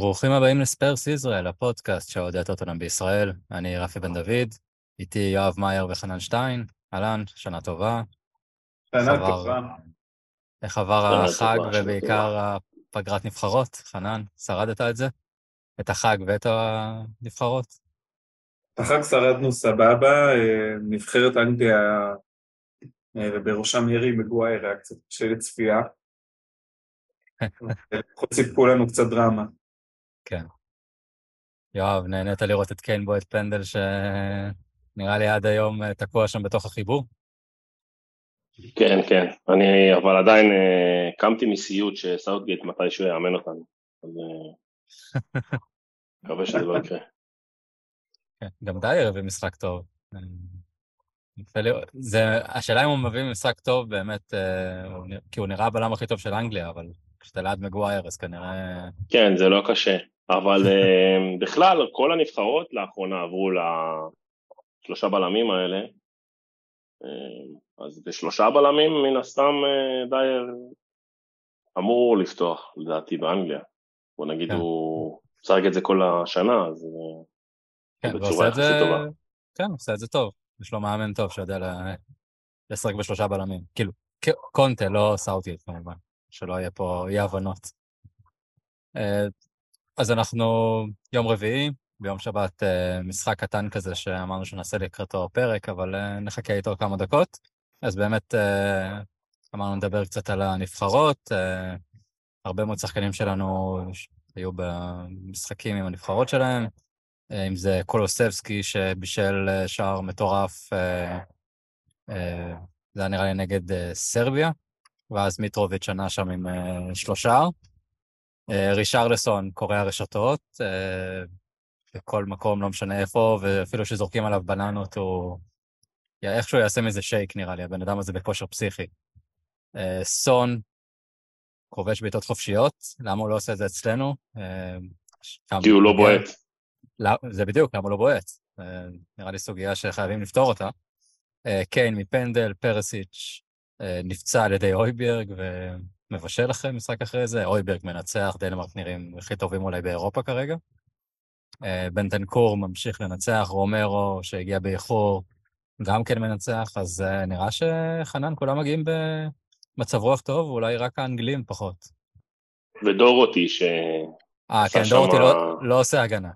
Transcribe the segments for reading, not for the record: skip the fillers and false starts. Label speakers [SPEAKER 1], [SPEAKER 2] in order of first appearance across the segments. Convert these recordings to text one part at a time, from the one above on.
[SPEAKER 1] ברוכים הבאים לספרס ישראל, הפודקאסט שאוהד את טוטנהאם בישראל. אני רפי בן דוד, איתי יואב מאייר וחנן שטיין. אהלן, שנה טובה. איך
[SPEAKER 2] שנה
[SPEAKER 1] עבר,
[SPEAKER 2] טובה.
[SPEAKER 1] איך עבר
[SPEAKER 3] שנה
[SPEAKER 1] החג
[SPEAKER 3] טובה, שנה
[SPEAKER 1] ובעיקר הפגרת נבחרות? חנן, שרדת את זה? את החג ואת הנבחרות?
[SPEAKER 2] את החג שרדנו סבבה, נבחרת אנגליה ובראשם ירי מגווייר היה קצת קשה לצפייה. לפחות סיפקו לנו קצת דרמה.
[SPEAKER 1] כן. יואב, נהנית לראות את קיין בועט פנדל שנראה לי עד היום תקוע שם בתוך החיבור?
[SPEAKER 3] כן, כן. אבל עדיין קמתי מסיוט שסאוטגייט מתישהו יאמן אותנו. אז מקווה שזה לא יקרה.
[SPEAKER 1] כן, גם דייר הביא משחק טוב. השאלה אם הוא מביא משחק טוב באמת, כי הוא נראה הבלם הכי טוב של אנגליה, אבל כשאתה ליד מגווייר אז כנראה...
[SPEAKER 3] כן, זה לא קשה. אבל בכלל, כל הנבחרות לאחרונה עברו לשלושה בלמים האלה. אז בשלושה בלמים מן הסתם דייר אמור לפתוח, לדעתי, באנגליה. בוא נגיד, הוא שחק את זה כל השנה, אז בצורה יחסית טובה.
[SPEAKER 1] כן, הוא עושה את זה טוב. יש לו מאמן טוב שיודע לשחק בשלושה בלמים. כאילו, קונטה, לא סאוטגייט כמובן, שלא יהיה פה אי הבנות. אז אנחנו יום רביעי, ביום שבת משחק קטן כזה שאמרנו שנעשה לקראתו פרק, אבל נחכה איתו כמה דקות. אז באמת אמרנו נדבר קצת על הנבחרות. הרבה מאוד שחקנים שלנו היו במשחקים עם הנבחרות שלהם, אם זה קולוסבסקי שבישל שער מטורף, זה היה נראה לי נגד סרביה, ואז מיטרוביץ' ענה שם עם 3 שער. רישרלסון קורא הרשתות, בכל מקום, לא משנה איפה, ואפילו שזורקים עליו בננות, הוא איכשהו יעשה מזה שייק נראה לי, הבן אדם הזה בכושר פסיכי. סון כובש בעיטות חופשיות, למה הוא לא עושה את זה אצלנו?
[SPEAKER 3] כי הוא לא בועט.
[SPEAKER 1] זה בדיוק, למה הוא לא בועט. נראה לי סוגיה שחייבים לפתור אותה. קיין מפנדל, פרסיץ' נפצע על ידי אויברג ומבשל אחרי משחק אחרי זה. אויברג מנצח, דנמרק נראים הכי טובים אולי באירופה כרגע. בנטנקור ממשיך לנצח, רומרו שהגיע באיחור גם כן מנצח, אז נראה שחנן כולם מגיעים במצב רוח טוב, אולי רק האנגלים פחות.
[SPEAKER 3] ודורותי
[SPEAKER 1] כן, דורותי לא עושה הגנה.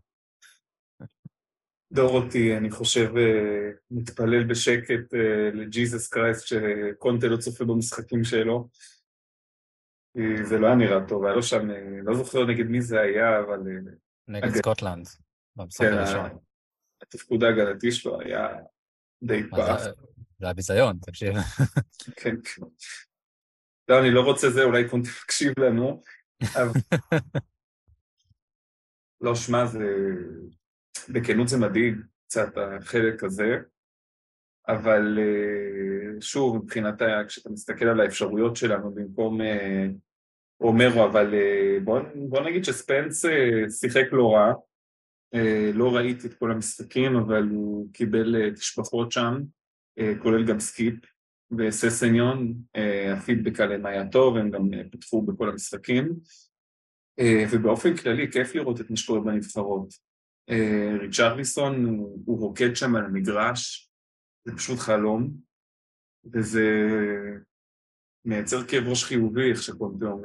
[SPEAKER 2] דורותי, אני חושב, מתפלל בשקט לג'יזוס קרייסט שקונטה לא צופה במשחקים שלו. זה לא היה נראה טוב, היה לו שם, לא זוכר נגד מי זה היה, אבל...
[SPEAKER 1] נגד סקוטלנד, במשחק הראשון.
[SPEAKER 2] התפקוד ההגנתי שלו היה די פח.
[SPEAKER 1] זה היה ביזיון, תקשיב.
[SPEAKER 2] כן, כן. לא, אני לא רוצה זה, אולי קונטה תקשיב לנו, אבל... לא, שמה, זה... בכנות זה מדהיג, קצת החלק הזה, אבל שוב, מבחינת, כשאתה מסתכל על האפשרויות שלנו במקום אומרו, אבל בוא נגיד שספנס שיחק לא רע, לא ראיתי את כל המשחקים, אבל הוא קיבל תשפחות שם, כולל גם סקיפ וססניון, הפידבק עליהם היה טוב, הם גם פתחו בכל המשחקים, ובאופן כללי כיף לראות את מה שקורה בנבחרות. ריצ'רליסון הוא רוקד שם על המגרש, זה פשוט חלום, וזה מייצר כאב ראש חיובי, איך שקונטה אומר.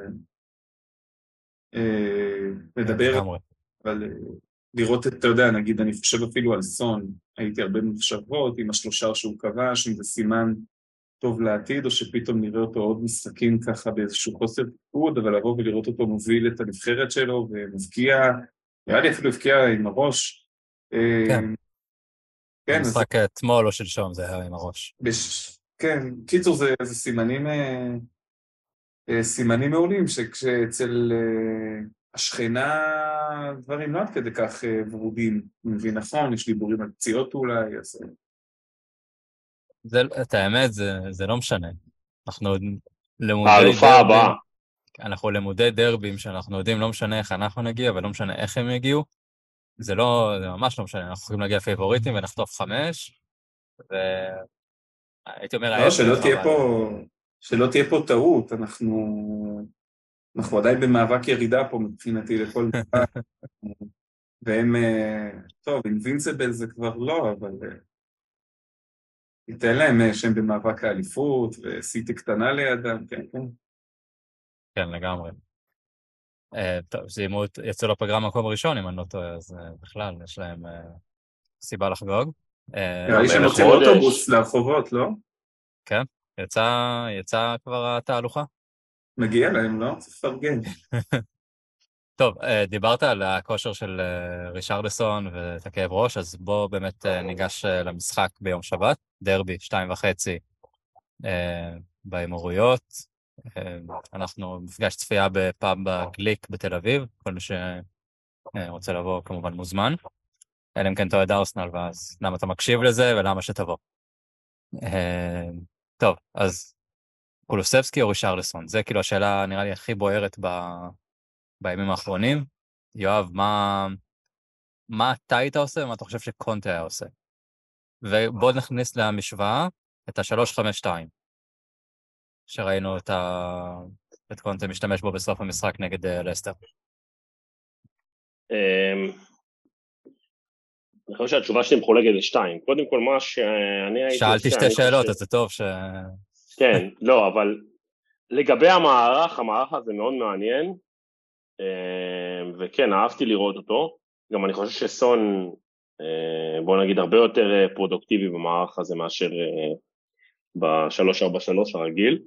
[SPEAKER 2] מדבר, אבל לראות את, אתה יודע, נגיד, אני חושב אפילו על סון, הייתי הרבה מחשבות עם השלושה שהוא כבש, אם זה סימן טוב לעתיד, או שפתאום נראה אותו עוד משחקים ככה באיזשהו חוסר תפקוד, אבל לבוא ולראות אותו מוביל את הנבחרת שלו ומבקיע, נראה לי אפילו הבקיע עם הראש.
[SPEAKER 1] כן. משחק אתמול או שלשום זה היה עם הראש.
[SPEAKER 2] כן, קיצור זה סימנים מעולים, שכשאצל השכנה דברים לא עד כדי כך ורודים, מבין נכון, יש דיבורים על פציעות אולי, אז...
[SPEAKER 1] את האמת, זה לא משנה. אנחנו למודי דרבים שאנחנו יודעים, לא משנה איך אנחנו נגיע, ולא משנה איך הם יגיעו. זה ממש לא משנה, אנחנו יכולים להגיע פייבוריטים ונחטוף 5, והייתי אומר...
[SPEAKER 2] לא, שלא תהיה פה טעות, אנחנו אנחנו עדיין במאבק ירידה פה מבחינתי לכל דבר, והם, טוב, אינבינסיבל זה כבר לא, אבל ניתן להם שהם במאבק האליפות, וסיטי קטנה לידם, כן, כן.
[SPEAKER 1] כן, לגמרי. טוב, סיימו, יצאו לפגרה מהמקום הראשון, אם אני לא טועה, אז בכלל, יש להם סיבה לחגוג.
[SPEAKER 2] נראה לי שהם מוצאים אוטובוס לרחובות, לא?
[SPEAKER 1] כן, יצא כבר התהלוכה.
[SPEAKER 2] מגיע להם, לא? צריך לפרגן.
[SPEAKER 1] טוב, דיברת על הכושר של רישרלסון ואת הכאב ראש, אז בואו באמת ניגש למשחק ביום שבת, דרבי 2:30 באמירויות. אנחנו מפגש צפייה בפאב בגליק בתל אביב, כל מי שרוצה לבוא כמובן מוזמן. אלא אם כן אתה אוהד ארסנל, ואז למה אתה מקשיב לזה ולמה שתבוא. טוב, אז קולוסבסקי או רישרלסון? זה כאילו השאלה נראה לי הכי בוערת בימים האחרונים. יואב, מה אתה היית עושה ומה אתה חושב שקונטה היה עושה? ובואו נכניס למשוואה את ה-3-5-2, שראינו את קונטה משתמש בו בסוף המשחק נגד לסטר.
[SPEAKER 3] אני חושב שהתשובה שלי מחולקת ל2. קודם כל, מה שאני הייתי עושה...
[SPEAKER 1] שאלתי שתי שאלות, אז זה טוב
[SPEAKER 3] כן, לא, אבל לגבי המערך הזה מאוד מעניין, וכן, אהבתי לראות אותו. גם אני חושב שסון, בוא נגיד, הרבה יותר פרודוקטיבי במערך הזה מאשר ב-3-4-3 הרגיל.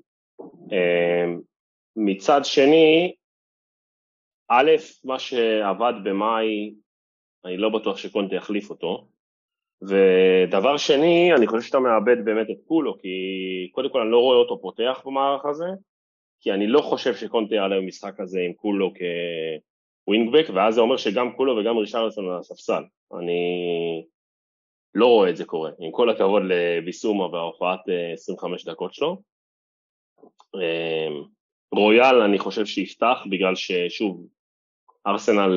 [SPEAKER 3] מצד שני, א', מה שעבד במאי, אני לא בטוח שקונטה יחליף אותו, ודבר שני, אני חושב שאתה מאבד באמת את קולו, כי קודם כל אני לא רואה אותו פותח במערך הזה, כי אני לא חושב שקונטה יעלה במשחק הזה עם קולו כווינגבק, ואז זה אומר שגם קולו וגם רישרלסון על הספסל. אני לא רואה את זה קורה, עם כל הכבוד לביסומה וההופעת 25 דקות שלו. רויאל אני חושב שיפתח, בגלל ששוב, ארסנל,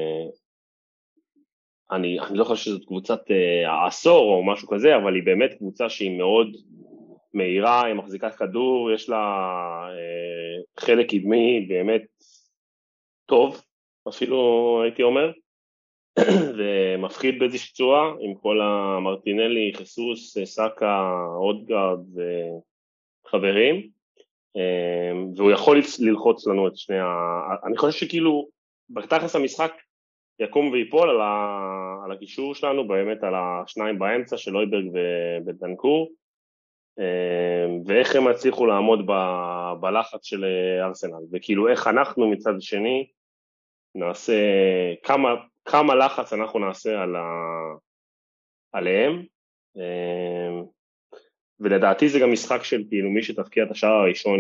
[SPEAKER 3] אני לא חושב שזאת קבוצת העשור או משהו כזה, אבל היא באמת קבוצה שהיא מאוד מהירה, היא מחזיקת כדור, יש לה חלק קדמי באמת טוב, אפילו הייתי אומר, ומפחיד באיזושהי צורה, עם כל המרטינלי, חיסוס, סאקה, אודגרד וחברים, והוא יכול ללחוץ לנו את שני אני חושב שכאילו, בתכלס המשחק יקום ויפול על הקישור שלנו, באמת על השניים באמצע של אויברג ובדנקור, ואיך הם הצליחו לעמוד בלחץ של ארסנל, וכאילו איך אנחנו מצד שני נעשה, כמה לחץ אנחנו נעשה עליהם, ולדעתי זה גם משחק של כאילו מי שתפקיע את השער הראשון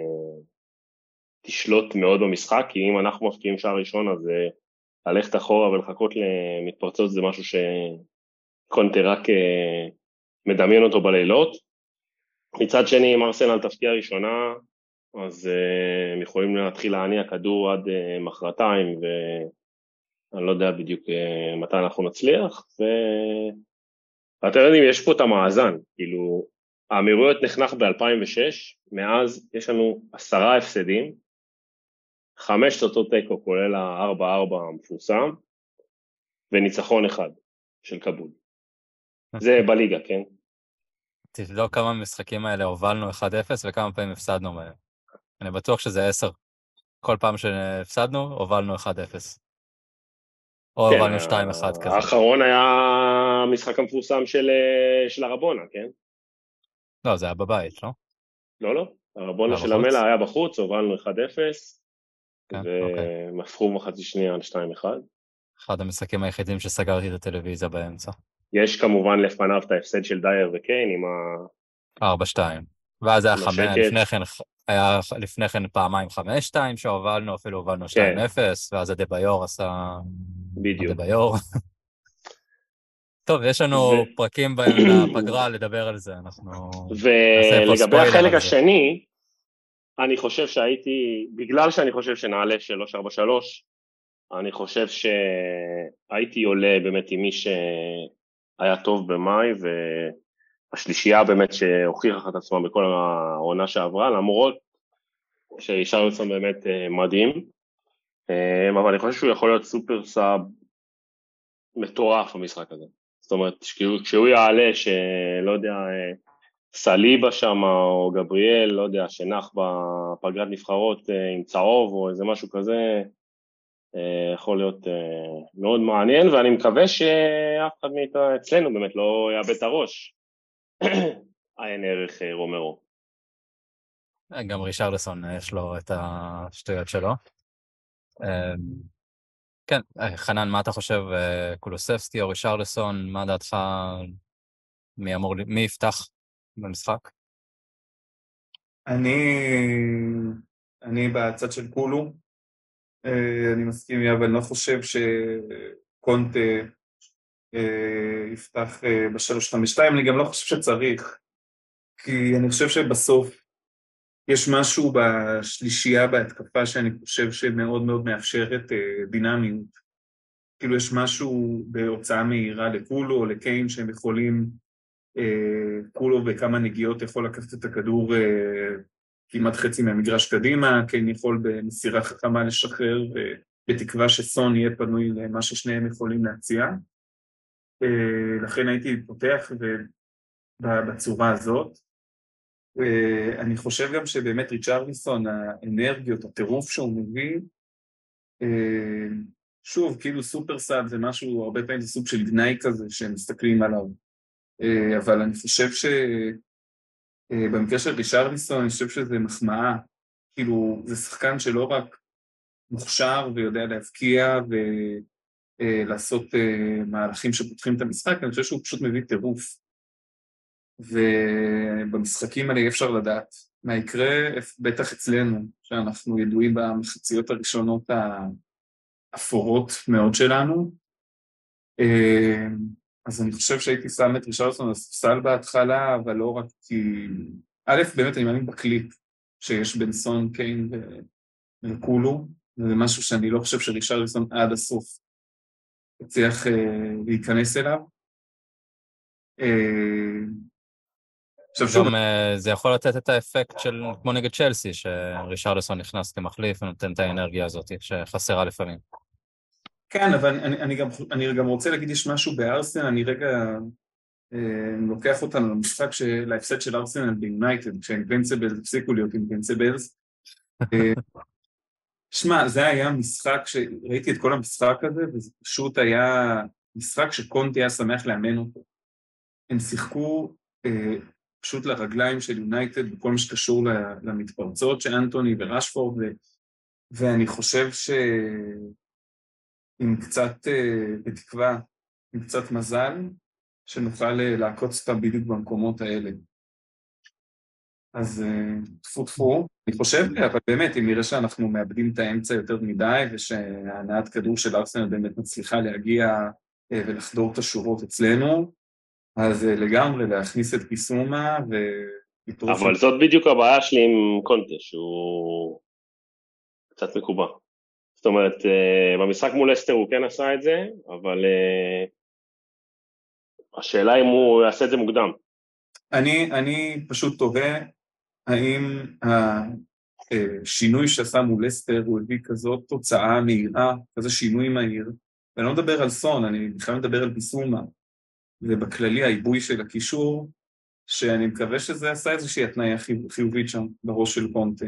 [SPEAKER 3] תשלוט מאוד במשחק, כי אם אנחנו מפקיעים שער ראשון אז ללכת אחורה ולחכות למתפרצות זה משהו שקונטה רק מדמיין אותו בלילות. מצד שני, אם ארסנל תפקיע ראשונה, אז הם יכולים להתחיל להניע כדור עד מחרתיים, ואני לא יודע בדיוק מתי אנחנו נצליח, ואתם יודעים, יש פה את המאזן, כאילו, האמירויות נחנך ב-2006, מאז יש לנו 10 הפסדים, 5 תוצאות תיקו, כולל ה-4-4 המפורסם, וניצחון אחד של קבול. זה בליגה, כן?
[SPEAKER 1] תבדוק כמה משחקים האלה הובלנו 1-0 וכמה פעמים הפסדנו מהם. אני בטוח שזה 10. כל פעם שהפסדנו, הובלנו 1-0. או הובלנו 2-1 כזה.
[SPEAKER 3] האחרון היה המשחק המפורסם של הרבונה, כן?
[SPEAKER 1] לא, זה היה בבית, לא?
[SPEAKER 3] לא. הרבונה של המלה היה בחוץ, הובלנו 1-0, והם הפכו מחצי שנייה על 2-1. אחד
[SPEAKER 1] המשחקים היחידים שסגרתי את הטלוויזיה באמצע.
[SPEAKER 3] יש כמובן לפניו את ההפסד של דייר וקיין עם
[SPEAKER 1] 4-2. ואז היה לפני כן פעמיים 5-2 שהובלנו, אפילו הובלנו 2-0, ואז הדביור עשה...
[SPEAKER 3] בדיוק.
[SPEAKER 1] הדביור. טוב, יש לנו פרקים לפגרה לדבר על זה, אנחנו...
[SPEAKER 3] ולגבי החלק השני, אני חושב בגלל שאני חושב שנעלה 3-4-3, אני חושב שהייתי עולה באמת עם מי שהיה טוב במאי, והשלישייה באמת שהוכיחה את עצמה בכל העונה שעברה, למרות שרישרלסון באמת מדהים, אבל אני חושב שהוא יכול להיות סופר סאב מטורף במשחק הזה. זאת אומרת, כשהוא יעלה, שלא יודע, סליבה שם או גבריאל, לא יודע, שנח בפגרת נבחרות עם צהוב או איזה משהו כזה, יכול להיות מאוד מעניין, ואני מקווה שאף אחד אצלנו באמת לא יאבד את הראש. אין ערך רומרו.
[SPEAKER 1] גם רישרלסון יש לו את השטויות שלו. כן, חנן, מה אתה חושב, קולוספסקי או רישרלסון, מה דעתך, מי יפתח במשחק?
[SPEAKER 2] אני בצד של קולו, אני מסכים, אבל אני לא חושב שקונטה יפתח ב-3-5-2, אני גם לא חושב שצריך, כי אני חושב שבסוף יש משהו בשלישייה בהתקפה שאני חושב שמאוד מאוד מאפשרת דינמיות. כאילו יש משהו בהוצאה מהירה לקולו או לקיין שהם יכולים, קולו בכמה נגיעות יכול לקחת את הכדור כמעט חצי מהמגרש קדימה, קיין יכול במסירה חכמה לשחרר, בתקווה שסון יהיה פנוי למה ששניהם יכולים להציע. לכן הייתי פותח בצורה הזאת. אני חושב גם שבאמת ריצ'רליסון, האנרגיות, הטירוף שהוא מביא, שוב, כאילו סופר סאב זה משהו, הרבה פעמים זה סוג של גנאי כזה שמסתכלים עליו, אבל אני חושב שבמקרה של ריצ'רליסון, אני חושב שזה מחמאה, כאילו זה שחקן שלא רק מוכשר ויודע להבקיע ולעשות מהלכים שפותחים את המשחק, אני חושב שהוא פשוט מביא טירוף. ובמשחקים האלה אי אפשר לדעת מה יקרה, בטח אצלנו, שאנחנו ידועים במחציות הראשונות האפורות מאוד שלנו. אז אני חושב שהייתי שם את ריצ'רלסון על הספסל בהתחלה, אבל לא רק כי... א', באמת אני מאמין בקליק שיש בין סון, קיין וקולו, וזה משהו שאני לא חושב שריצ'רלסון עד הסוף הצליח להיכנס אליו.
[SPEAKER 1] גם זה יכול לתת את האפקט של, כמו נגד צ'לסי, שרישרלסון נכנס כמחליף ונותן את האנרגיה הזאת שחסרה לפעמים.
[SPEAKER 2] כן, אבל אני גם רוצה להגיד, יש משהו בארסנל, אני רגע לוקח אותנו למשחק להפסד של ארסנל ביונייטד, כשאינבנסיבלס הפסיקו להיות אינבנסיבלס. שמע, זה היה משחק שראיתי את כל המשחק הזה, וזה פשוט היה משחק שקונטי היה שמח לאמן אותו. הם שיחקו פשוט לרגליים של יונייטד בכל מה שקשור למתפרצות של אנטוני ורשפורד, ואני חושב עם קצת בתקווה, עם קצת מזל, שנוכל לעקוץ אותם בדיוק במקומות האלה. אז תפו, אני חושב, אבל באמת, אם נראה שאנחנו מאבדים את האמצע יותר מדי, ושהנעת כדור של ארסנל באמת מצליחה להגיע ולחדור את השורות אצלנו, אז לגמרי להכניס את פיסומה
[SPEAKER 3] אבל זאת בדיוק הבעיה שלי עם קונטה, שהוא קצת מקובע. זאת אומרת, במשחק מול אסטר הוא כן עשה את זה, אבל השאלה אם הוא יעשה את זה מוקדם.
[SPEAKER 2] אני פשוט תוהה, האם השינוי שעשה מול אסטר הוא הביא כזאת תוצאה מהירה, כזה שינוי מהיר, ואני לא מדבר על סון, אני בכלל מדבר על פיסומה. ובכללי העיבוי של הקישור, שאני מקווה שזה עשה איזושהי התניה חיובית שם בראש של קונטה.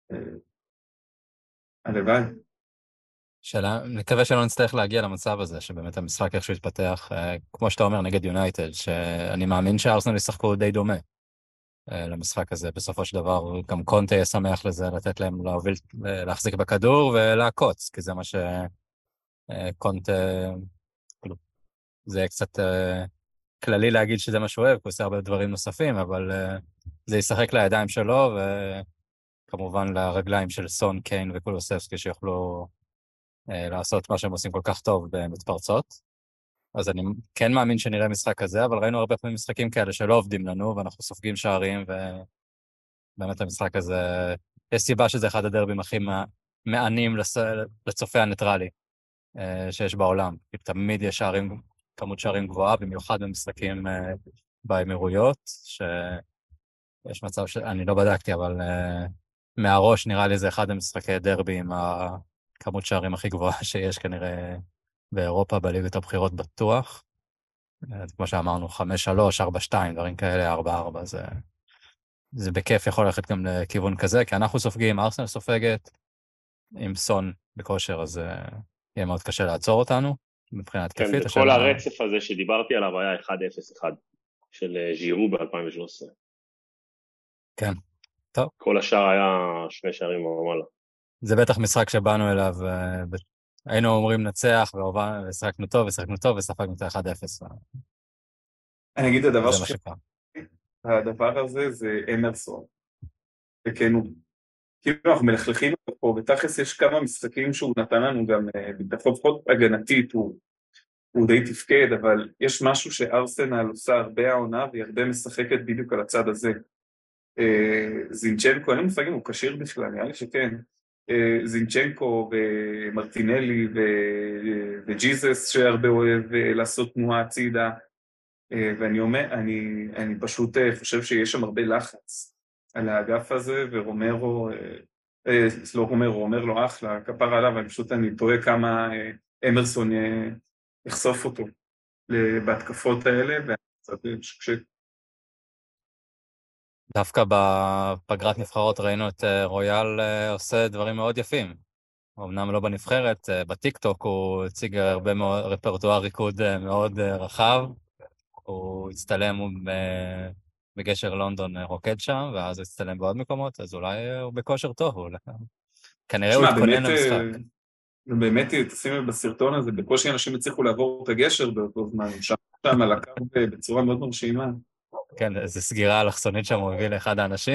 [SPEAKER 2] הלוואי.
[SPEAKER 1] שאלה, מקווה שלא נצטרך להגיע למצב הזה, שבאמת המשחק איכשהו יתפתח, כמו שאתה אומר, נגד יונייטד, שאני מאמין שארסנל ישחקו די דומה למשחק הזה. בסופו של דבר, גם קונטה ישמח לזה, לתת להם להוביל, להחזיק בכדור ולעקוץ, כי זה מה שקונטה, זה קצת כללי להגיד שזה מה שהוא אוהב, הוא עושה הרבה דברים נוספים, אבל זה ישחק לידיים שלו, וכמובן לרגליים של סון, קיין וקולוספסקי, שיוכלו לעשות מה שהם עושים כל כך טוב במתפרצות. אז אני כן מאמין שנראה משחק כזה, אבל ראינו הרבה פעמים משחקים כאלה שלא עובדים לנו, ואנחנו סופגים שערים, ובאמת המשחק הזה, יש סיבה שזה אחד הדרבים הכי מענים לצופה הניטרלי שיש בעולם. תמיד יש שערים, כמות שערים גבוהה, במיוחד במשחקים באמירויות, שיש מצב אני לא בדקתי, אבל מהראש נראה לי זה אחד המשחקי דרבי עם הכמות שערים הכי גבוהה שיש כנראה באירופה, בליגת הבחירות בטוח. כמו שאמרנו, 5-3, 4-2, דברים כאלה, 4-4, זה בכיף יכול ללכת גם לכיוון כזה, כי אנחנו סופגים, ארסנל סופגת, עם סון בכושר, אז יהיה מאוד קשה לעצור אותנו, מבחינת התקפית.
[SPEAKER 3] כן, וכל הרצף הזה שדיברתי עליו היה 1-0-1 של ז'ירו ב-2013.
[SPEAKER 1] כן, טוב.
[SPEAKER 3] כל השאר היה 2 שערים ומעלה.
[SPEAKER 1] זה בטח משחק שבאנו אליו, היינו אומרים נצח, ושחקנו טוב, וספגנו את ה-1-0.
[SPEAKER 2] אני אגיד הדבר הזה זה אמרסון, בכנות. כאילו אנחנו מלכלכים פה, בתכלס יש כמה משחקים שהוא נתן לנו גם לפחות הגנתית, הוא די תפקד, אבל יש משהו שארסנל עושה הרבה העונה, והיא הרבה משחקת בדיוק על הצד הזה. זינצ'נקו, אני מפגים, הוא קשיר בכלל, נראה לי שכן. זינצ'נקו ומרטינלי וג'יזס שהרבה אוהב לעשות תנועה הצידה, ואני אומר, אני פשוט חושב שיש שם הרבה לחץ על האגף הזה, ורומרו, לא רומרו, אומר לו אחלה, כפר עליו, אני תוהה כמה אמרסון יחשוף אותו בהתקפות האלה, ואני קצת שקשק.
[SPEAKER 1] דווקא בפגרת נבחרות ראינו את רויאל עושה דברים מאוד יפים. אמנם לא בנבחרת, בטיקטוק הוא הציג הרבה מאוד רפרטואר ריקוד מאוד רחב, הוא הצטלם בגשר לונדון רוקד שם, ואז הוא הצטלם בעוד מקומות, אז אולי הוא בכושר טוב, כנראה הוא התכונן למשחק.
[SPEAKER 2] באמת, תשימי בסרטון הזה, בקושי אנשים הצליחו לעבור את הגשר באותו זמן, שם על הקו בצורה מאוד מרשימה.
[SPEAKER 1] כן, זו סגירה אלכסונית שם, הוא הביא לאחד האנשים.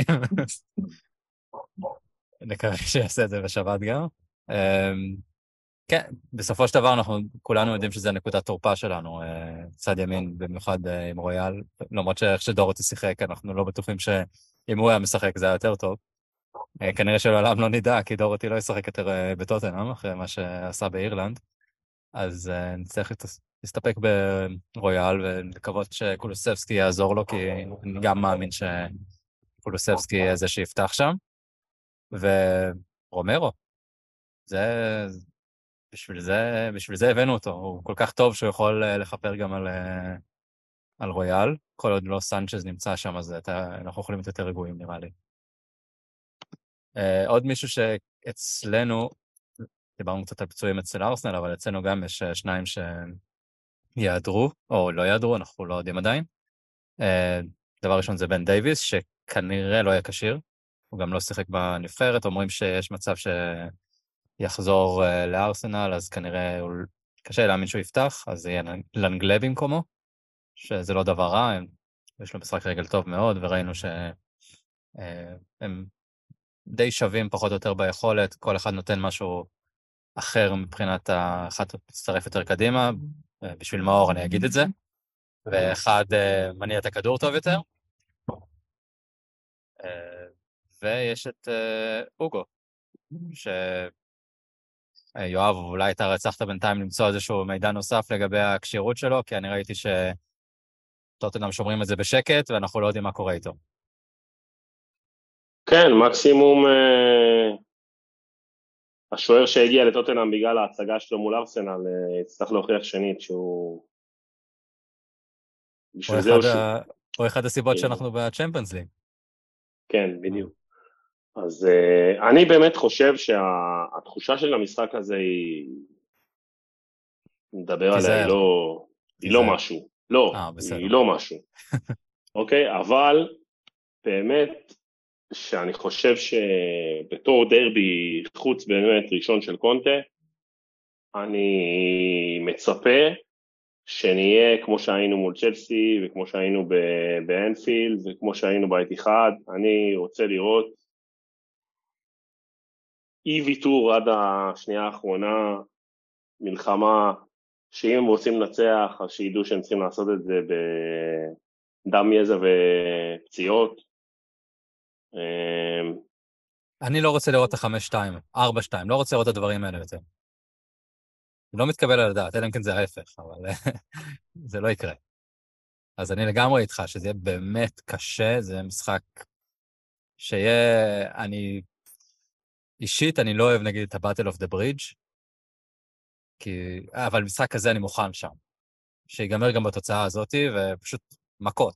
[SPEAKER 1] נקווה שיעשה את זה בשבת גם. כן, בסופו של דבר אנחנו כולנו יודעים שזה נקודת תורפה שלנו, צד ימין, במיוחד עם רויאל, למרות שאיך שדורותי שיחק, אנחנו לא בטוחים שאם הוא היה משחק זה היה יותר טוב. כנראה שלעולם לא נדע, כי דורותי לא ישחק יותר בטוטנהאם, אחרי מה שעשה באירלנד, אז נצטרך להסתפק ברויאל, ולקוות שקולוסבסקי יעזור לו, כי אני גם מאמין שקולוסבסקי יהיה זה שיפתח שם, ורומרו, בשביל זה הבאנו אותו, הוא כל כך טוב שהוא יכול לחפר גם על רויאל, כל עוד לא סנצ'ז נמצא שם, אז אנחנו יכולים להיות יותר רגועים נראה לי. עוד מישהו שאצלנו, דיברנו קצת על פצועים אצל ארסנל, אבל אצלנו גם יש 2 שיעדרו, או לא יעדרו, אנחנו לא יודעים עדיין. דבר ראשון זה בן דייביס, שכנראה לא יהיה כשיר, הוא גם לא שיחק בנבחרת, אומרים שיש מצב שיחזור לארסנל, אז כנראה קשה להאמין שהוא יפתח, אז זה יהיה לנגלה במקומו, שזה לא דבר רע, יש לו משחק רגל טוב מאוד, וראינו שהם די שווים פחות או יותר ביכולת, כל אחד נותן משהו אחר מבחינת אחד מצטרף יותר קדימה, בשביל מאור אני אגיד את זה, ואחד מניע את הכדור טוב יותר, ויש את אוגו, שיואב, אולי אתה רצחת בינתיים למצוא איזשהו מידע נוסף לגבי הקשירות שלו, כי אני ראיתי שטוטנהאם שומרים את זה בשקט, ואנחנו לא יודעים מה קורה איתו.
[SPEAKER 3] כן, מקסימום השוער שהגיע לטוטנהאם בגלל ההצגה שלו מול ארסנל, יצטרך להוכיח שנית שהוא...
[SPEAKER 1] או אחד הסיבות שאנחנו בצ'מפיונס ליג.
[SPEAKER 3] כן, בדיוק. אז אני באמת חושב שהתחושה של המשחק הזה היא... נדבר עליה, היא לא משהו. לא, היא לא משהו. אוקיי, אבל באמת... שאני חושב שבתור דרבי חוץ באמת ראשון של קונטה, אני מצפה שנהיה כמו שהיינו מול צ'לסי, וכמו שהיינו באנפילד, וכמו שהיינו באתיחד. אני רוצה לראות אי ויתור עד השנייה האחרונה, מלחמה, שאם הם רוצים לנצח, אז שידעו שהם צריכים לעשות את זה בדם יזע ופציעות.
[SPEAKER 1] אני לא רוצה לראות את ה-5-2, 4-2, לא רוצה לראות את הדברים האלה יותר. זה לא מתקבל על הדעת, אלא אם כן זה ההפך, אבל זה לא יקרה. אז אני לגמרי איתך, שזה יהיה באמת קשה, זה משחק שיהיה, אני אישית אני לא אוהב נגיד את ה-Battle of the Bridge, אבל משחק כזה אני מוכן שם. שיגמר גם בתוצאה הזאת, ופשוט מכות.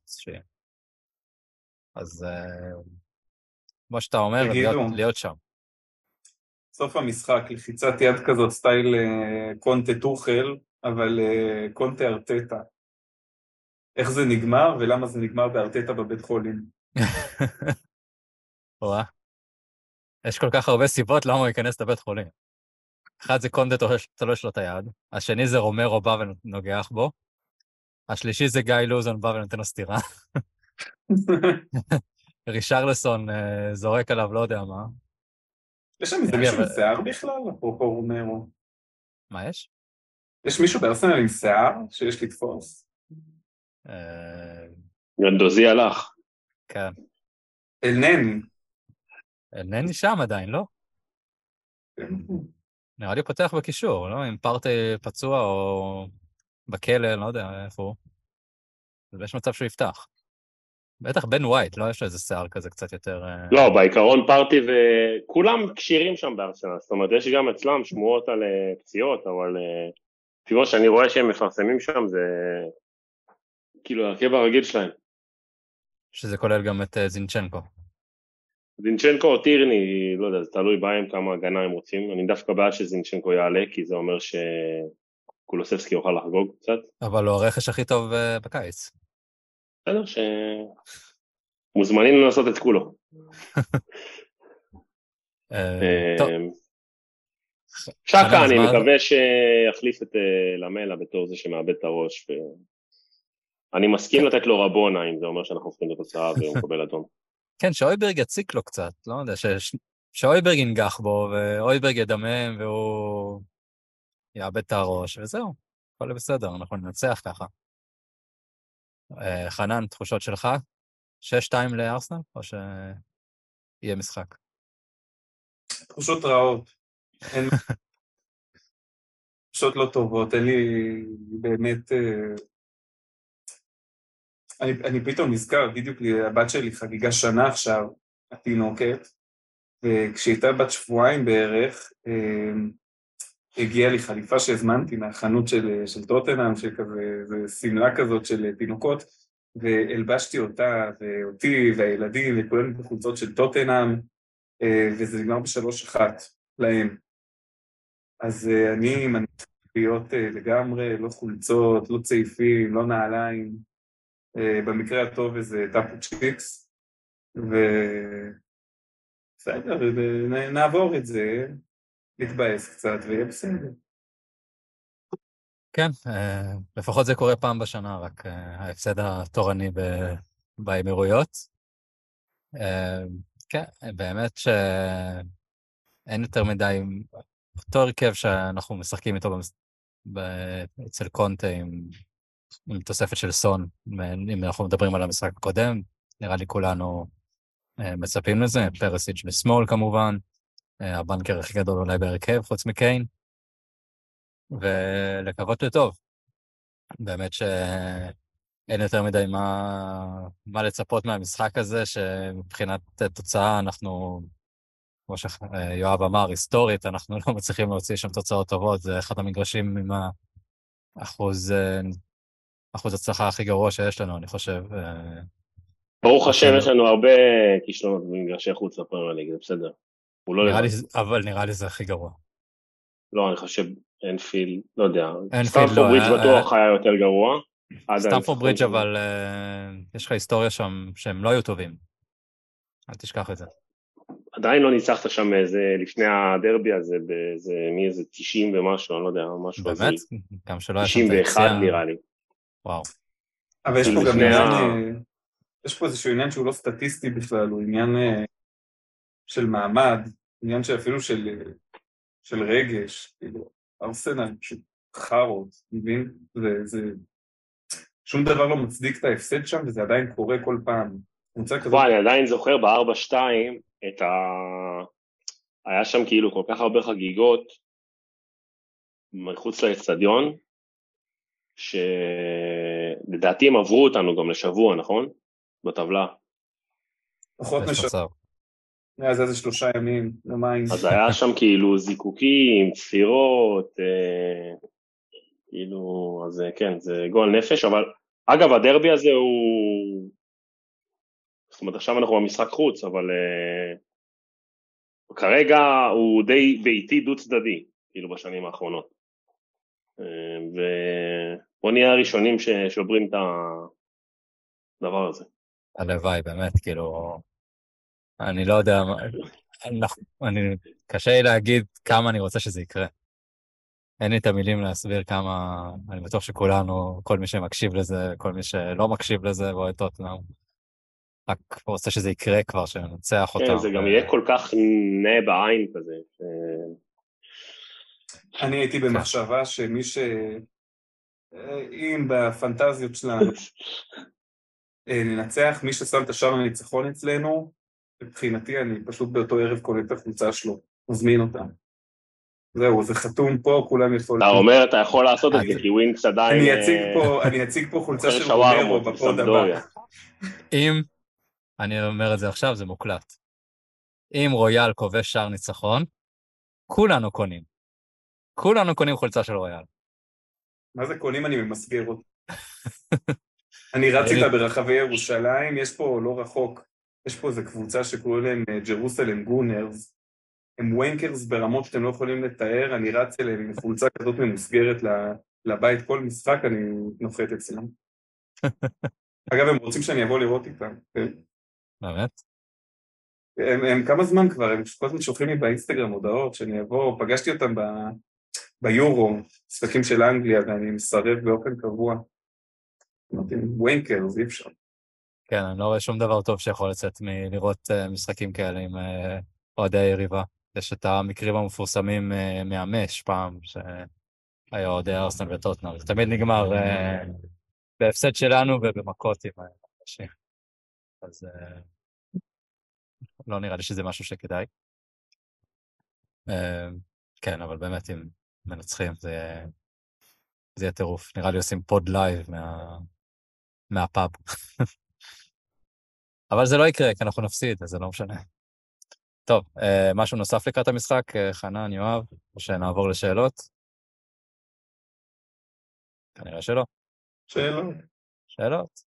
[SPEAKER 1] אז כמו שאתה אומר, להיות שם.
[SPEAKER 2] סוף המשחק, לחיצת יד כזאת, סטייל קונטה טוחל, אבל קונטה ארטטה. איך זה נגמר, ולמה זה נגמר בארטטה בבית חולים?
[SPEAKER 1] וואה. יש כל כך הרבה סיבות למה הוא ייכנס לבית חולים. אחד זה קונטה תולש לו את היד, השני זה רומרו בא ונוגח בו, השלישי זה גיא לוזון בא ונותן לו סתירה. רישרלסון זורק עליו, לא יודע מה.
[SPEAKER 2] יש שם איזה מישהו עם שיער בכלל, אפרופו רומרו?
[SPEAKER 1] מה יש?
[SPEAKER 2] יש מישהו בארסנל עם שיער שיש לתפוס?
[SPEAKER 3] גנדוזי הלך.
[SPEAKER 1] כן. אלנני שם עדיין, לא? נראה לי פותח בקישור, לא? עם פארטי פצוע או בכלא, לא יודע איפה הוא. יש מצב שהוא יפתח. בטח בן ווייט, לא? יש לו איזה שיער כזה קצת יותר...
[SPEAKER 3] לא, בעיקרון פארטי וכולם קשירים שם בארסנל, זאת אומרת, יש גם אצלם שמועות על פציעות, אבל פיגור שאני רואה שהם מפרסמים שם זה כאילו הרכב הרגיל שלהם.
[SPEAKER 1] שזה כולל גם את זינצ'נקו.
[SPEAKER 3] זינצ'נקו או טירני, לא יודע, זה תלוי בהם כמה הגנה הם רוצים, אני דווקא בעד שזינצ'נקו יעלה, כי זה אומר שקולוספסקי יוכל לחגוג קצת.
[SPEAKER 1] אבל הוא הרכש הכי טוב בקיץ.
[SPEAKER 3] בסדר, שמוזמנים לנסות את כולו. שקה, אני מקווה שיחליף את למלה בתור זה שמאבד את הראש, אני מסכים לתת לו רבונה, אם זה אומר שאנחנו הופכים לתוצאה והוא מקבל אדום.
[SPEAKER 1] כן, שאויברג יציק לו קצת, לא יודע, שאויברג ינגח בו, ואויברג ידמם, והוא יאבד את הראש, וזהו, הכל בסדר, אנחנו ננצח ככה. חנן, תחושות שלך? 6-2 לארסנל, או שיהיה משחק?
[SPEAKER 2] תחושות רעות. תחושות לא טובות, אין לי באמת... אני פתאום נזכר, בדיוק הבת שלי חגיגה שנה עכשיו, התינוקת, וכשהייתה בת שבועיים בערך, הגיעה לי חליפה שהזמנתי מהחנות של טוטנהאם, שכזה, זה סמלה כזאת של תינוקות, והלבשתי אותה, ואותי והילדים, וכולנו בחולצות של טוטנהאם, וזה נגמר ב3-1 להם. אז אני מנסה להיות לגמרי, לא חולצות, לא צעיפים, לא נעליים, במקרה הטוב איזה טאפוצ'יקס, בסדר, נעבור את זה, נתבאס קצת ויהיה בסדר.
[SPEAKER 1] כן, לפחות זה קורה פעם בשנה, רק ההפסד התורני באמירויות. כן, באמת שאין יותר מדי, אותו הרכב שאנחנו משחקים איתו אצל קונטה עם תוספת של סון, אם אנחנו מדברים על המשחק הקודם, נראה לי כולנו מצפים לזה, פרסיץ' בשמאל כמובן, הבנקר הכי גדול אולי בהרכב, חוץ מקיין, ולקוות לטוב. באמת שאין יותר מדי מה לצפות מהמשחק הזה, שמבחינת תוצאה אנחנו, כמו שיואב אמר, היסטורית, אנחנו לא מצליחים להוציא שם תוצאות טובות, זה אחד המגרשים עם האחוז הצלחה הכי גרוע שיש לנו, אני חושב.
[SPEAKER 3] ברוך השם, יש לנו הרבה כישלונות במגרשי חוץ לפרמייר ליג, זה בסדר.
[SPEAKER 1] אבל נראה לי זה הכי גרוע.
[SPEAKER 3] לא, אני חושב אנפילד, לא יודע. סטמפורד ברידג' בטוח היה יותר גרוע.
[SPEAKER 1] סטמפורד ברידג' אבל יש לך היסטוריה שם שהם לא היו טובים. אל תשכח את זה.
[SPEAKER 3] עדיין לא ניצחת שם לפני הדרבי הזה, מאיזה 90 ומשהו, אני לא יודע, משהו הזה.
[SPEAKER 1] באמת? גם שלא היה שם את
[SPEAKER 3] 91 נראה לי.
[SPEAKER 1] וואו.
[SPEAKER 2] אבל יש פה גם עניין, יש פה איזשהו עניין שהוא לא סטטיסטי בכלל, הוא עניין של מעמד, עניין שאפילו של רגש, כאילו, ארסנל פשוט חרות, מבין? שום דבר לא מצדיק את ההפסד שם, וזה עדיין קורה כל פעם.
[SPEAKER 3] אני עדיין זוכר ב4-2, היה שם כאילו כל כך הרבה חגיגות, מחוץ לאצטדיון, שלדעתי הם עברו אותנו גם לשבוע, נכון? בטבלה.
[SPEAKER 2] פחות משבוע. אז איזה 3 ימים, יומיים.
[SPEAKER 3] אז היה שם כאילו זיקוקים, צפירות, כאילו, אז כן, זה גועל נפש, אבל אגב, הדרבי הזה הוא, זאת אומרת, עכשיו אנחנו במשחק חוץ, אבל כרגע הוא די ביתי דו צדדי, כאילו בשנים האחרונות. ובוא נהיה הראשונים ששוברים את הדבר הזה.
[SPEAKER 1] הלוואי, באמת, כאילו, אני לא יודע, קשה לי להגיד כמה אני רוצה שזה יקרה. אין לי את המילים להסביר כמה, אני בטוח שכולנו, כל מי שמקשיב לזה, כל מי שלא מקשיב לזה, רואה טוטנהאם, רק רוצה שזה יקרה כבר, שננצח אותם.
[SPEAKER 3] כן, זה גם יהיה כל כך נאה בעין כזה.
[SPEAKER 2] אני הייתי במחשבה שמי אם בפנטזיות שלנו ננצח, מי ששם את השער הניצחון אצלנו, מבחינתי אני פשוט באותו ערב קונה את החולצה שלו, מזמין אותה. זהו, זה חתום פה, כולם יכולים...
[SPEAKER 3] אתה אומר, אתה יכול לעשות את זה, כי ווינקס עדיין...
[SPEAKER 2] אני אציג פה חולצה של רומרו בפוד הבא.
[SPEAKER 1] אם, אני אומר את זה עכשיו, זה מוקלט. אם רויאל כובש שער ניצחון, כולנו קונים. כולנו קונים חולצה של רויאל.
[SPEAKER 2] מה זה קונים? אני ממסגר אותה. אני רץ איתה ברחבי ירושלים, יש פה לא רחוק, יש פה איזו קבוצה שקוראים להם ג'רוסלם גונרס, הם ווינקרס ברמות שאתם לא יכולים לתאר, אני רץ אליהם עם חולצה כזאת ממוסגרת לבית, כל משחק אני נוחת אצלם. אגב, הם רוצים שאני אבוא לראות איתם.
[SPEAKER 1] באמת?
[SPEAKER 2] הם כמה זמן כבר, הם כל הזמן שולחים לי באינסטגרם הודעות שאני אבוא, פגשתי אותם ביורו, משחקים של אנגליה, ואני מסרב באופן קבוע. ווינקרס, אי אפשר.
[SPEAKER 1] כן, אני לא רואה שום דבר טוב שיכול לצאת מלראות משחקים כאלה עם אוהדי היריבה. יש את המקרים המפורסמים מהמש פעם, שהיה אוהדי ארסנל וטוטנהאם. זה תמיד נגמר בהפסד שלנו ובמכות עם האנשים. אז לא נראה לי שזה משהו שכדאי. כן, אבל באמת, אם מנצחים, זה יהיה טירוף. נראה לי עושים פוד לייב מהפאב. אבל זה לא יקרה, כי אנחנו נפסיד, אז זה לא משנה. טוב, משהו נוסף לקראת המשחק, חנן, יואב, או שנעבור לשאלות? כנראה שלא. שאלות.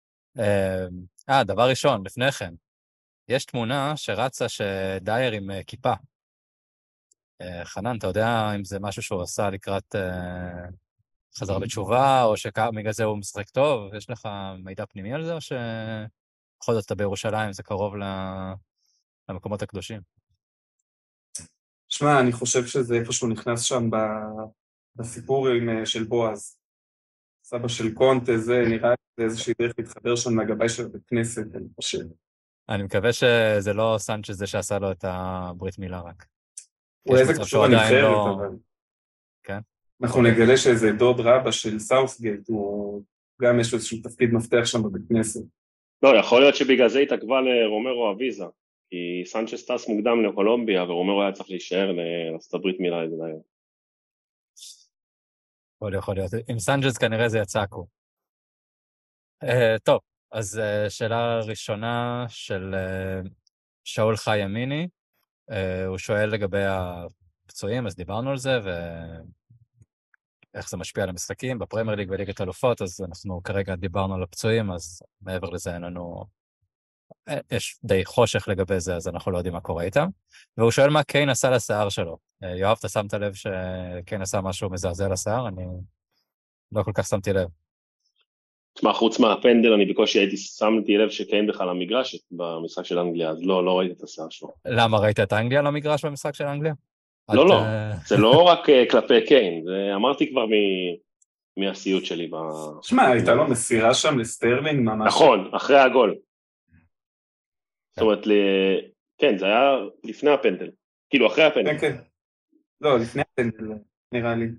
[SPEAKER 1] דבר ראשון, לפני כן, יש תמונה שרצה שדייר עם כיפה. חנן, אתה יודע אם זה משהו שהוא עשה לקראת חזר בתשובה, או שבגלל זה הוא משחק טוב? יש לך מידע פנימי על זה, או שבכל זאת אתה בירושלים, זה קרוב למקומות הקדושים?
[SPEAKER 2] שמע, אני חושב שזה איפשהו נכנס שם בסיפור של בועז. סבא של קונטה, זה נראה לי איזושהי דרך להתחבר שם לגבי של בית כנסת, אני חושב.
[SPEAKER 1] אני מקווה שזה לא סנצ'ז זה שעשה לו את הברית מילה רק.
[SPEAKER 2] הוא איזה קשור הנבחרת, אבל...
[SPEAKER 1] כן?
[SPEAKER 2] אנחנו נגלה שאיזה דוד רבא של סאות'גייט, הוא גם יש לו איזשהו תפקיד מפתח שם בבית כנסת.
[SPEAKER 3] לא, יכול להיות שבגלל זה התעכבה לרומרו הוויזה, כי סנצ'ז טס מוקדם לקולומביה, ורומרו היה צריך להישאר לעשות הברית מילה איזה דייר.
[SPEAKER 1] יכול להיות. עם סנצ'ז כנראה זה יצא עקו. טוב, אז שאלה ראשונה של שאול חי ימיני, הוא שואל לגבי הפצועים, אז דיברנו על זה, ואיך זה משפיע על המשחקים, בפרמייר ליג וליגת אלופות, אז אנחנו כרגע דיברנו על הפצועים, אז מעבר לזה אין לנו, יש די חושך לגבי זה, אז אנחנו לא יודעים מה קורה איתם. והוא שואל מה קיין עשה לשיער שלו. יואב, אתה שמת לב שקיין עשה משהו מזעזע לשיער? אני לא כל כך שמתי לב.
[SPEAKER 3] תשמע, חוץ מהפנדל, אני בקושי שמתי לב שקיין בכלל המגרש במשחק של אנגליה, אז לא ראיתי את השיער שלו.
[SPEAKER 1] למה, ראית את אנגליה למגרש במשחק של אנגליה?
[SPEAKER 3] לא, זה לא רק כלפי קיין, אמרתי כבר מהסיוט שלי.
[SPEAKER 2] שמע, הייתה לו מסירה שם לסטרלינג ממש.
[SPEAKER 3] נכון, אחרי הגול. זאת אומרת, כן, זה היה לפני הפנדל, כאילו אחרי הפנדל.
[SPEAKER 2] כן. לא, לפני הפנדל, נראה לי.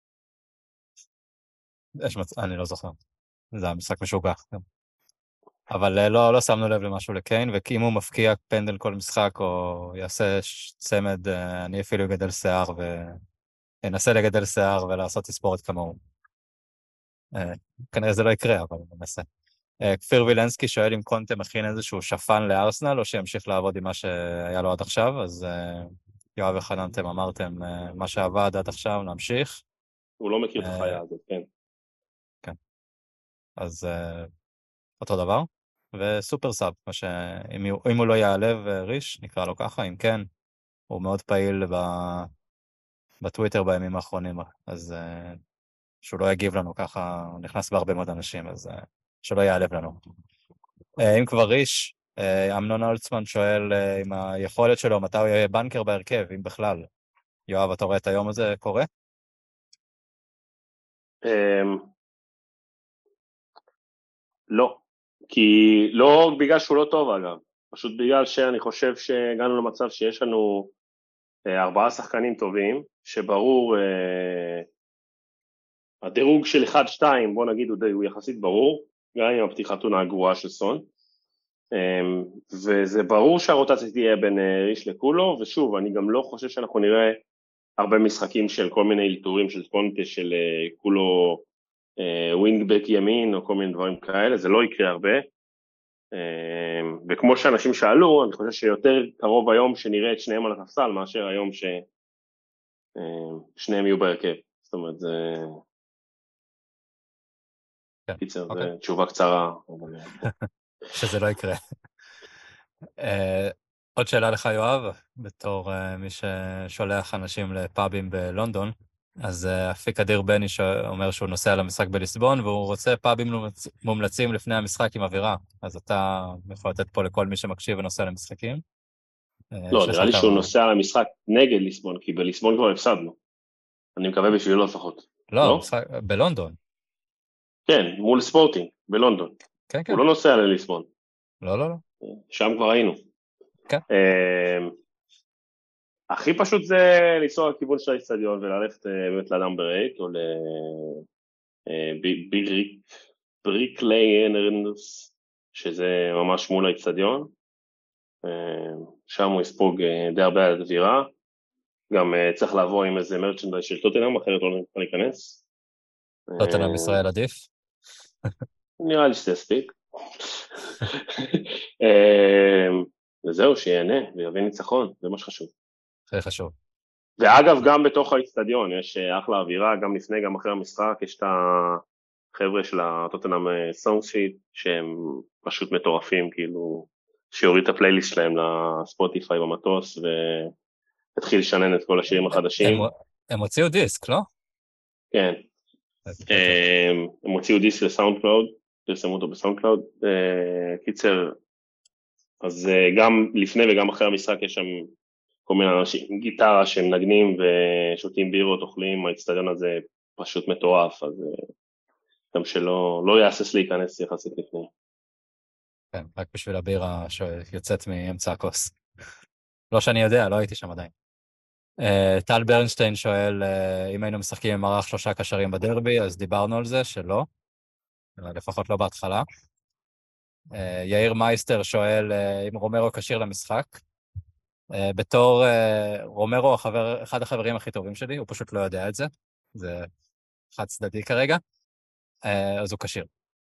[SPEAKER 1] אני לא זוכר. זה המשחק משוגע. אבל לא שמנו לב למשהו לקיין, ואם הוא מפקיע פנדל כל משחק, או יעשה צמד, אני אפילו אגדל שיער, ואנסה לגדל שיער ולעשות תספורת כמוהו. כנראה זה לא יקרה, אבל ננסה. כפיר וילנסקי שואל אם קונטה מכין איזשהו שפן לארסנל, או שימשיך לעבוד עם מה שהיה לו עד עכשיו, אז יואב וחנן, אתם אמרתם מה שעבד עד עכשיו, נמשיך.
[SPEAKER 3] הוא לא מכיר את החיה הזאת, כן.
[SPEAKER 1] כן. אז אותו דבר. וסופר סאב, אם הוא לא יעלב ריש, נקרא לו ככה, אם כן, הוא מאוד פעיל בטוויטר בימים האחרונים, אז שהוא לא יגיב לנו ככה, הוא נכנס בהרבה מאוד אנשים, אז שלא יעלב לנו. אם כבר ריש, אמנון אלצמן שואל עם היכולת שלו, מתי הוא יהיה בנקר בהרכב, אם בכלל. יואב, אתה רואה את היום הזה קורה?
[SPEAKER 3] לא, כי לא בגלל שהוא לא טוב אגב, פשוט בגלל שאני חושב שהגענו למצב שיש לנו 4 שחקנים טובים, שברור, הדירוג של 1-2, בוא נגיד הוא יחסית ברור, גם עם הפתיחת עונה הגרועה של סון, וזה ברור שהרוטציה תהיה בין ריש לכולו, ושוב, אני גם לא חושב שאנחנו נראה הרבה משחקים של כל מיני אלתורים של קונטה, של כולו ווינגבק ימין, או כל מיני דברים כאלה, זה לא יקרה הרבה, וכמו שאנשים שאלו, אני חושב שיותר קרוב היום שנראה את שניהם על הספסל, מאשר היום ששניהם יהיו בהרכב, זאת אומרת, זה... קיצר, זה תשובה קצרה.
[SPEAKER 1] שזה לא יקרה. עוד שאלה לך, יואב, בתור מי ששולח אנשים לפאבים בלונדון, אז אפיק אדיר בני אומר שהוא נוסע למשחק בליסבון, והוא רוצה פאבים מומלצים לפני המשחק עם אווירה, אז אתה יכול לתת פה לכל מי שמקשיב ונוסע למשחקים.
[SPEAKER 3] לא, נראה לי שהוא נוסע למשחק נגד ליסבון, כי בליסבון כבר הפסדנו. אני מקווה בשבילו לפחות.
[SPEAKER 1] לא, בלונדון.
[SPEAKER 3] כן, מול ספורטינג, בלונדון.
[SPEAKER 1] כן, כן.
[SPEAKER 3] הוא לא נוסע לליסבון.
[SPEAKER 1] לא, לא, לא.
[SPEAKER 3] שם כבר היינו.
[SPEAKER 1] כן.
[SPEAKER 3] הכי פשוט זה לנסוע לכיוון של האצטדיון וללכת באמת לאדם ברייט, או לבריק ליינרנס, שזה ממש מול האצטדיון. שם הוא יספוג די הרבה על הדבירה. גם צריך לעבור עם איזה מרצ'נדייז של טוטנהאם, אחרת לא נוכל להיכנס.
[SPEAKER 1] טוטנהאם ישראל עדיף?
[SPEAKER 3] נראה לי שזה יספיק. וזהו, שיהנה ויביא ניצחון, זה מה שחשוב.
[SPEAKER 1] הכי חשוב.
[SPEAKER 3] ואגב, גם בתוך האצטדיון יש אחלה אווירה, גם לפני, גם אחרי המשחק, יש את החבר'ה של הטוטנהאם סונג שיט, שהם פשוט מטורפים, כאילו, שיוריד את הפלייליסט שלהם לספוטיפיי במטוס, והתחיל לשנן את כל השירים החדשים.
[SPEAKER 1] הם הוציאו דיסק, לא?
[SPEAKER 3] כן. הם הוציאו דיסק לסאונד קלאוד, פרסמו אותו בסאונד קלאוד, קיצר, אז גם לפני וגם אחרי המשחק יש שם כל מיני אנשים עם גיטרה שהם נגנים ושותים בירות, אוכלים, האצטדיון הזה פשוט מטורף, אז גם שלא יאסס להיכנס יחסית לפני.
[SPEAKER 1] כן, רק בשביל הבירה שיוצאת מאמצע הכוס. לא שאני יודע, לא הייתי שם עדיין. טל ברנשטיין שואל, אם היינו משחקים עם מערך 3 קשרים בדרבי, אז דיברנו על זה, שלא, לפחות לא בהתחלה. יאיר מייסטר שואל, אם רומרו קשיר למשחק, בתור רומרו, אחד החברים הכי טובים שלי, הוא פשוט לא יודע את זה, זה חד צדדי כרגע, אז הוא קשיר.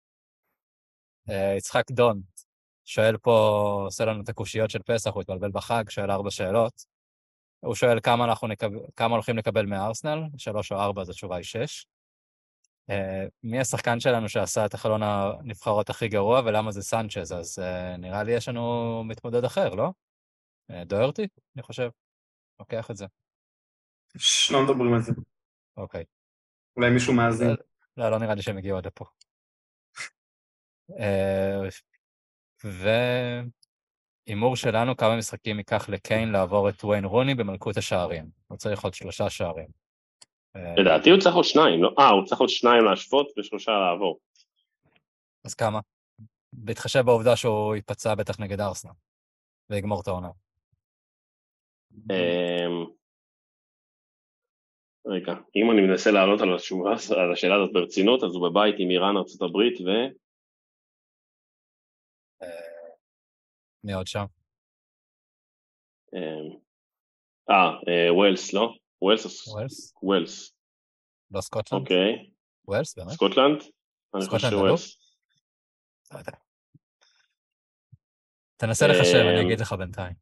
[SPEAKER 1] יצחק דון שואל פה, עושה לנו את הקושיות של פסח, הוא התבלבל בחג, שואל 4 שאלות, הוא שואל כמה הולכים לקבל מהארסנל, 3 או 4, אז התשובה היא 6. מי השחקן שלנו שעשה את החלון הנבחרות הכי גרוע, ולמה זה סנצ'ז, אז נראה לי יש לנו מתמודד אחר, לא? דוירטי, אני חושב. לוקח את זה.
[SPEAKER 2] לא מדברים על זה.
[SPEAKER 1] אוקיי.
[SPEAKER 2] אולי מישהו מאזין.
[SPEAKER 1] לא נראה לי שהם הגיעו עד לפה. ואימור שלנו, כמה משחקים ייקח לקיין לעבור את וויין רוני במלכות השערים. הוא צריך עוד 3 שערים.
[SPEAKER 3] לדעתי הוא צריך עוד 2, לא? הוא צריך עוד 2 להשוות ו3 לעבור.
[SPEAKER 1] אז כמה? בהתחשב בעובדה שהוא ייפצע בטח נגד ארסנל, ויגמור את העונה.
[SPEAKER 3] רגע, אם אני מנסה לעלות על השאלה הזאת ברצינות, אז הוא בבית עם איראן, ארצות הברית
[SPEAKER 1] מי עוד שם?
[SPEAKER 3] ווילס, לא? ווילס.
[SPEAKER 1] לא סקוטלנד?
[SPEAKER 3] אוקיי.
[SPEAKER 1] ווילס, באמת?
[SPEAKER 3] סקוטלנד? אני חושב שווילס.
[SPEAKER 1] לא יודע. תנסה לחשב, אני אגיד לך בינתיים.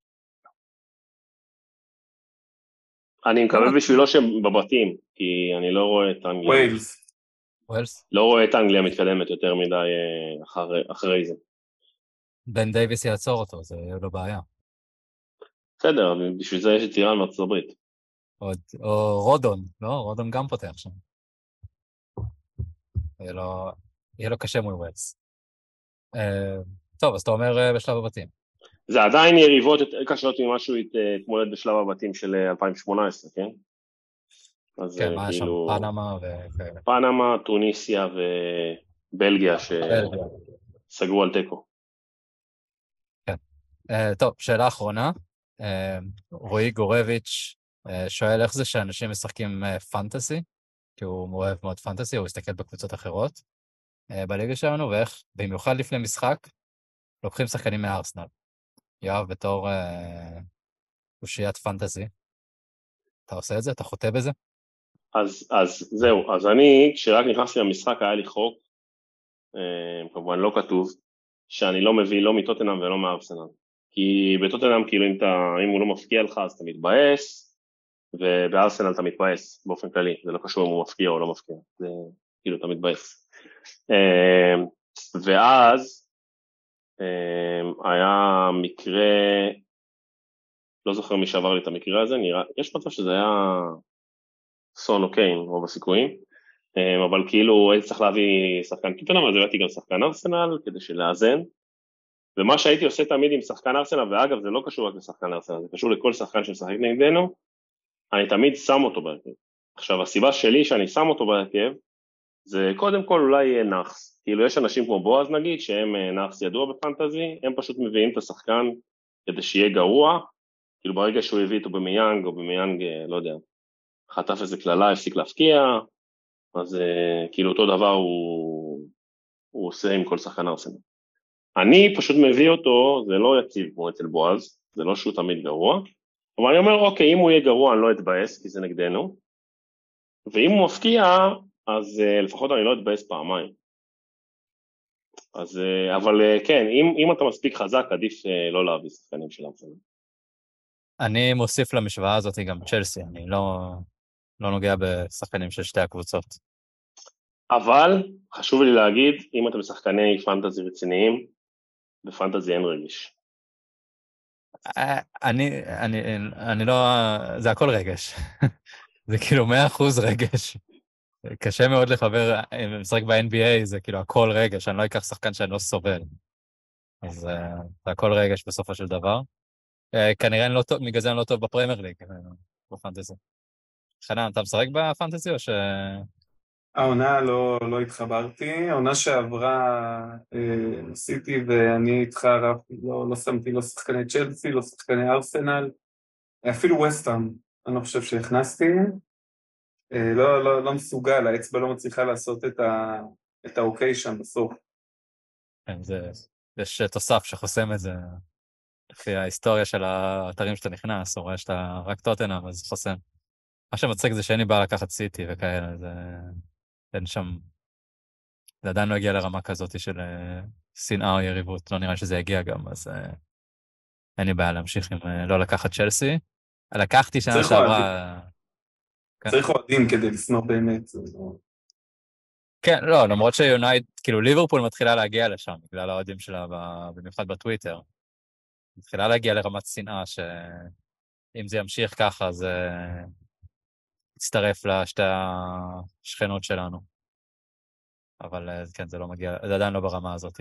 [SPEAKER 3] אני מקווה בשבילו שהם בבתים, כי אני לא רואה את אנגליה.
[SPEAKER 1] ווילס?
[SPEAKER 3] לא רואה את אנגליה מתקדמת יותר מדי אחרי זה.
[SPEAKER 1] בן דייביס יעצור אותו, זה יהיה לו בעיה.
[SPEAKER 3] בסדר, בשביל זה יש את איראן מארצות הברית.
[SPEAKER 1] או רודון, לא? רודון גם פותח שם. יהיה לו קשה מול ווילס. טוב, אז אתה אומר בשלב הבתים.
[SPEAKER 3] זה עדיין יריבות יותר קשות ממה שהוא יתמודד בשלב הבתים של 2018, כן? אז
[SPEAKER 1] כן, מה שם?
[SPEAKER 3] כאילו...
[SPEAKER 1] פנמה וכאלה.
[SPEAKER 3] פנמה, טוניסיה ובלגיה שסגרו על טקו.
[SPEAKER 1] כן. טוב, שאלה אחרונה. רועי גורביץ' שואל איך זה שאנשים משחקים פנטסי, כי הוא אוהב מאוד פנטסי, הוא הסתכל בקבוצות אחרות בליגה שלנו, ואיך במיוחד לפני משחק לוקחים שחקנים מארסנל. יואב, בתור אושיית פנטסי, אתה עושה את זה? אתה חוטא בזה?
[SPEAKER 3] אז זהו, אז אני, כשרק נכנסתי למשחק, היה לי חוק, כמובן לא כתוב, שאני לא מביא לא מטוטנהאם ולא מארסנל. כי בטוטנהאם, כאילו, אם הוא לא מפקיע לך, אז אתה מתבאס, ובארסנל אתה מתבאס באופן כללי, זה לא קשור אם הוא מפקיע או לא מפקיע, זה כאילו, אתה מתבאס. ואז היה מקרה, לא זוכר מי שעבר לי את המקרה הזה, יש מצב שזה היה סון או קיין, רוב הסיכויים, אבל כאילו הייתי צריך להביא שחקן טוטנהאם, אז הבאתי גם שחקן ארסנל כדי שלאזן, ומה שהייתי עושה תמיד עם שחקן ארסנל, ואגב זה לא קשור רק לשחקן ארסנל, זה קשור לכל שחקן שמשחק נגדנו, אני תמיד שם אותו בהרכב. עכשיו הסיבה שלי שאני שם אותו בהרכב, זה קודם כל אולי יהיה נחס, כאילו יש אנשים כמו בועז נגיד, שהם נחס ידוע בפנטזי, הם פשוט מביאים את השחקן כדי שיהיה גרוע, כאילו ברגע שהוא הביא אותו במיאנג, או במיאנג, לא יודע, חטף איזה כללה, הפסיק להפקיע, אז כאילו אותו דבר הוא עושה עם כל שחקן ארסנל. אני פשוט מביא אותו, זה לא יציב כמו אצל בועז, זה לא שהוא תמיד גרוע, אבל אני אומר, אוקיי, אם הוא יהיה גרוע אני לא אתבאס, כי זה נגדנו, ואם הוא מפקיע, אז לפחות אני לא אתבאס פעמיים. אז, אבל כן, אם אתה מספיק חזק, עדיף לא להביא שחקנים של ארסנל.
[SPEAKER 1] אני מוסיף למשוואה הזאת גם צ'לסי, אני לא נוגע בשחקנים של שתי הקבוצות. אבל
[SPEAKER 3] חשוב לי להגיד, אם אתם שחקני פנטזי רציניים, בפנטזי אין רגש.
[SPEAKER 1] אני לא, זה הכל רגש. זה כאילו 100% רגש. קשה מאוד לחבר, אם משחק ב-NBA זה כאילו הכל רגש, אני לא אקח שחקן שאני לא סובל. אז זה הכל רגש בסופו של דבר. כנראה אני לא טוב, בגלל זה אני לא טוב בפרמייר ליג, בפנטזי. חנן, אתה משחק בפנטזי או ש...
[SPEAKER 2] העונה לא התחברתי, העונה שעברה ניסיתי ואני איתך רב, לא שמתי לא שחקני צ'לסי, לא שחקני ארסנל, אפילו ווסטהאם, אני לא חושב שהכנסתי, לא מסוגל, האצבע לא מצליחה לעשות את האוקיי שם בסוף.
[SPEAKER 1] כן, יש תוסף שחוסם את זה, לפי ההיסטוריה של האתרים שאתה נכנס, או רואה שאתה רק טוטנהאם, אז חוסם. מה שמצחיק זה שאין לי בעיה לקחת סיטי וכאלה, אין שם, זה עדיין לא הגיע לרמה כזאת של שנאה או יריבות, לא נראה שזה יגיע גם, אז אין לי בעיה להמשיך עם לא לקחת צ'לסי. לקחתי שנה שעברה...
[SPEAKER 2] צריך אוהדים כדי לשנוא באמת.
[SPEAKER 1] כן, לא, למרות שיונייטד, כאילו ליברפול מתחילה להגיע לשם, בגלל האוהדים שלה, במיוחד בטוויטר. מתחילה להגיע לרמת שנאה, שאם זה ימשיך ככה, אז יצטרף לשתי השכנות שלנו. אבל כן, זה לא מגיע, זה עדיין לא ברמה הזאת.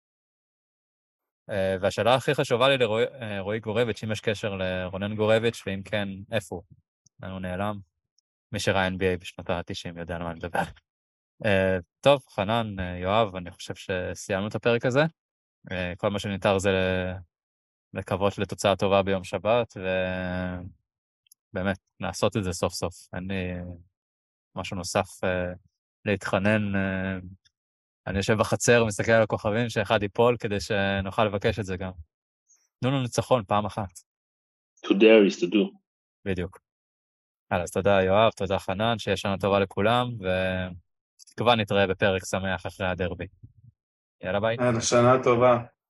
[SPEAKER 1] והשאלה הכי חשובה לי לרועי גורביץ', אם יש קשר לרונן גורביץ', ואם כן, איפה הוא? הוא נעלם. מי שראה NBA בשנות ה-90 יודע על מה אני מדבר. טוב, חנן, יואב, אני חושב שסיימנו את הפרק הזה. כל מה שניתר זה לקוות לתוצאה טובה ביום שבת, ובאמת, לעשות את זה סוף סוף. אין לי משהו נוסף להתחנן. אני יושב בחצר ומסתכל על הכוכבים שאחד ייפול כדי שנוכל לבקש את זה גם. תנו לנו ניצחון פעם אחת.
[SPEAKER 3] To dare is to do.
[SPEAKER 1] בדיוק. אז תודה יואב, תודה חנן, שיש שנה טובה לכולם, וכבר נתראה בפרק שמח אחרי הדרבי. יאללה ביי.
[SPEAKER 2] שנה טובה.